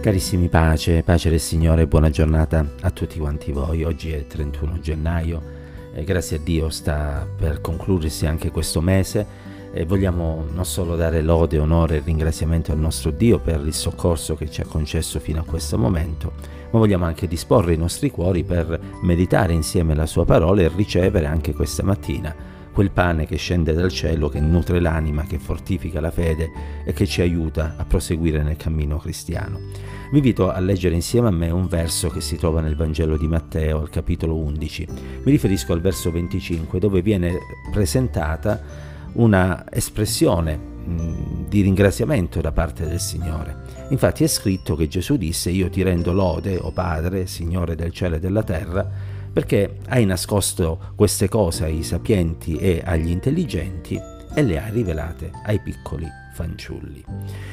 Carissimi, pace del Signore, buona giornata a tutti quanti voi. Oggi è 31 gennaio e grazie a Dio sta per concludersi anche questo mese e vogliamo non solo dare lode, onore e ringraziamento al nostro Dio per il soccorso che ci ha concesso fino a questo momento, ma vogliamo anche disporre i nostri cuori per meditare insieme la sua parola e ricevere anche questa mattina quel pane che scende dal cielo, che nutre l'anima, che fortifica la fede e che ci aiuta a proseguire nel cammino cristiano. Vi invito a leggere insieme a me un verso che si trova nel Vangelo di Matteo, al capitolo 11. Mi riferisco al verso 25, dove viene presentata una espressione di ringraziamento da parte del Signore. Infatti è scritto che Gesù disse: «Io ti rendo lode, o Padre, Signore del cielo e della terra, perché hai nascosto queste cose ai sapienti e agli intelligenti e le hai rivelate ai piccoli fanciulli».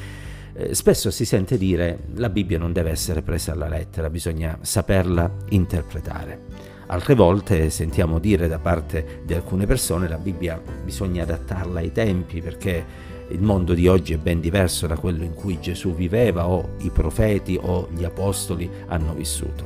Spesso si sente dire: la Bibbia non deve essere presa alla lettera, bisogna saperla interpretare. Altre volte sentiamo dire da parte di alcune persone: la Bibbia bisogna adattarla ai tempi, perché il mondo di oggi è ben diverso da quello in cui Gesù viveva o i profeti o gli apostoli hanno vissuto.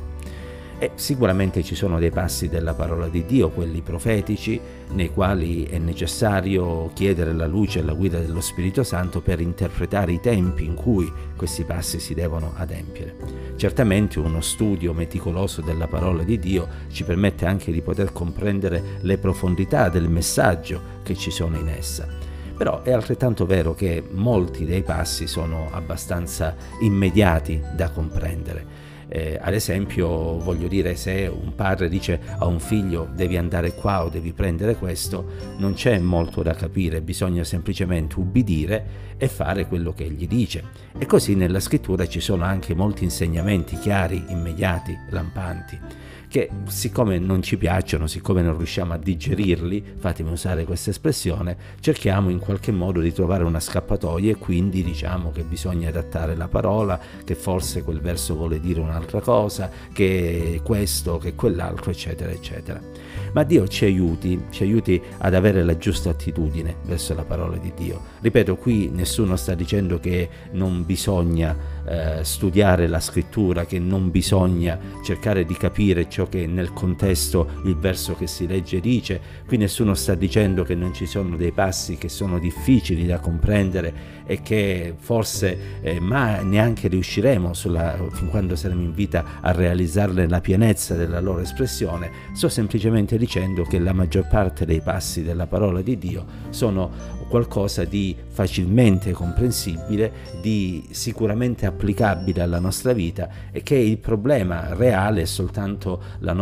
E sicuramente ci sono dei passi della parola di Dio, quelli profetici, nei quali è necessario chiedere la luce e la guida dello Spirito Santo per interpretare i tempi in cui questi passi si devono adempiere. Certamente uno studio meticoloso della parola di Dio ci permette anche di poter comprendere le profondità del messaggio che ci sono in essa. Però è altrettanto vero che molti dei passi sono abbastanza immediati da comprendere. Ad esempio, voglio dire, se un padre dice a un figlio devi andare qua o devi prendere questo, non c'è molto da capire, bisogna semplicemente ubbidire e fare quello che egli dice. E così nella scrittura ci sono anche molti insegnamenti chiari, immediati, lampanti, che siccome non ci piacciono, siccome non riusciamo a digerirli, fatemi usare questa espressione, cerchiamo in qualche modo di trovare una scappatoia e quindi diciamo che bisogna adattare la parola, che forse quel verso vuole dire un'altra cosa, che questo, che quell'altro, eccetera, eccetera. Ma Dio ci aiuti ad avere la giusta attitudine verso la parola di Dio. Ripeto, qui nessuno sta dicendo che non bisogna studiare la scrittura, che non bisogna cercare di capire ciò che nel contesto il verso che si legge dice. Qui nessuno sta dicendo che non ci sono dei passi che sono difficili da comprendere e che forse ma neanche riusciremo fin quando saremo in vita a realizzarle nella pienezza della loro espressione. Sto semplicemente dicendo che la maggior parte dei passi della parola di Dio sono qualcosa di facilmente comprensibile, di sicuramente applicabile alla nostra vita, e che il problema reale è soltanto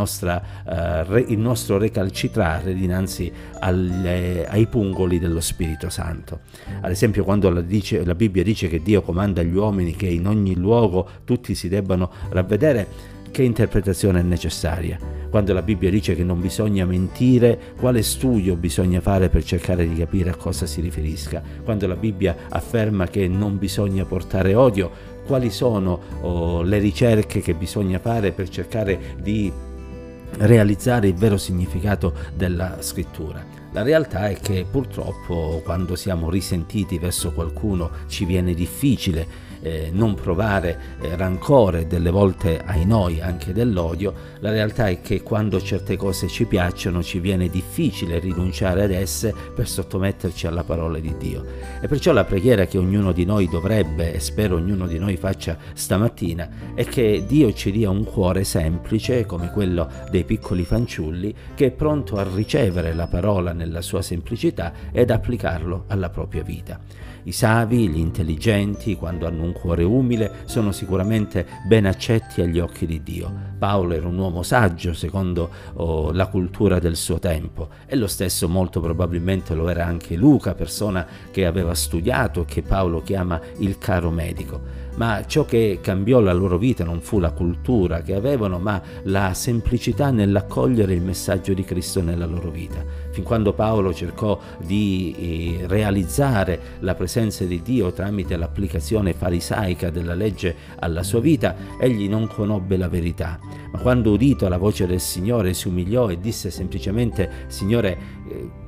il nostro recalcitrare dinanzi ai pungoli dello Spirito Santo. Ad esempio, quando la Bibbia dice che Dio comanda agli uomini che in ogni luogo tutti si debbano ravvedere, che interpretazione è necessaria? Quando la Bibbia dice che non bisogna mentire, quale studio bisogna fare per cercare di capire a cosa si riferisca? Quando la Bibbia afferma che non bisogna portare odio, quali sono le ricerche che bisogna fare per cercare di realizzare il vero significato della scrittura? La realtà è che purtroppo quando siamo risentiti verso qualcuno ci viene difficile non provare rancore, delle volte ai noi anche dell'odio. La realtà è che quando certe cose ci piacciono ci viene difficile rinunciare ad esse per sottometterci alla parola di Dio. E perciò la preghiera che ognuno di noi dovrebbe, e spero ognuno di noi faccia stamattina, è che Dio ci dia un cuore semplice come quello dei piccoli fanciulli, che è pronto a ricevere la parola nella sua semplicità ed applicarlo alla propria vita. I savi, gli intelligenti, quando hanno un cuore umile, sono sicuramente ben accetti agli occhi di Dio. Paolo era un uomo saggio secondo la cultura del suo tempo, e lo stesso molto probabilmente lo era anche Luca, persona che aveva studiato, che Paolo chiama il caro medico. Ma ciò che cambiò la loro vita non fu la cultura che avevano, ma la semplicità nell'accogliere il messaggio di Cristo nella loro vita. Fin quando Paolo cercò di realizzare la presenza di Dio tramite l'applicazione farisaica della legge alla sua vita, egli non conobbe la verità. Ma quando udito la voce del Signore si umiliò e disse semplicemente: Signore,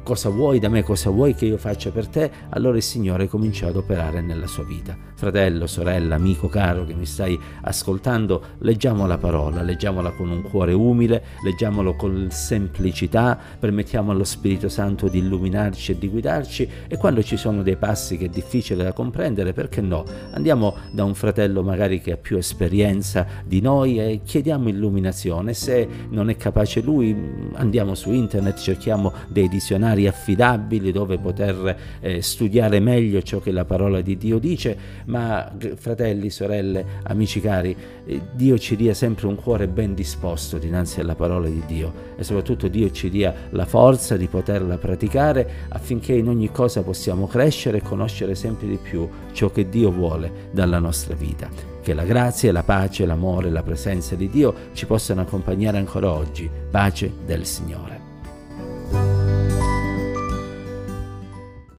cosa vuoi da me, cosa vuoi che io faccia per te, allora il Signore comincia ad operare nella sua vita. Fratello, sorella, amico caro che mi stai ascoltando, leggiamo la parola, leggiamola con un cuore umile, leggiamolo con semplicità, permettiamo allo Spirito Santo di illuminarci e di guidarci, e quando ci sono dei passi che è difficile da comprendere, perché no? Andiamo da un fratello magari che ha più esperienza di noi e chiediamo illuminazione. Se non è capace lui, andiamo su internet, cerchiamo dei dizionari affidabili dove poter studiare meglio ciò che la parola di Dio dice. Ma fratelli, sorelle, amici cari, Dio ci dia sempre un cuore ben disposto dinanzi alla parola di Dio, e soprattutto Dio ci dia la forza di poterla praticare, affinché in ogni cosa possiamo crescere e conoscere sempre di più ciò che Dio vuole dalla nostra vita. Che la grazia, la pace, l'amore, la presenza di Dio ci possano accompagnare ancora oggi. Pace del Signore.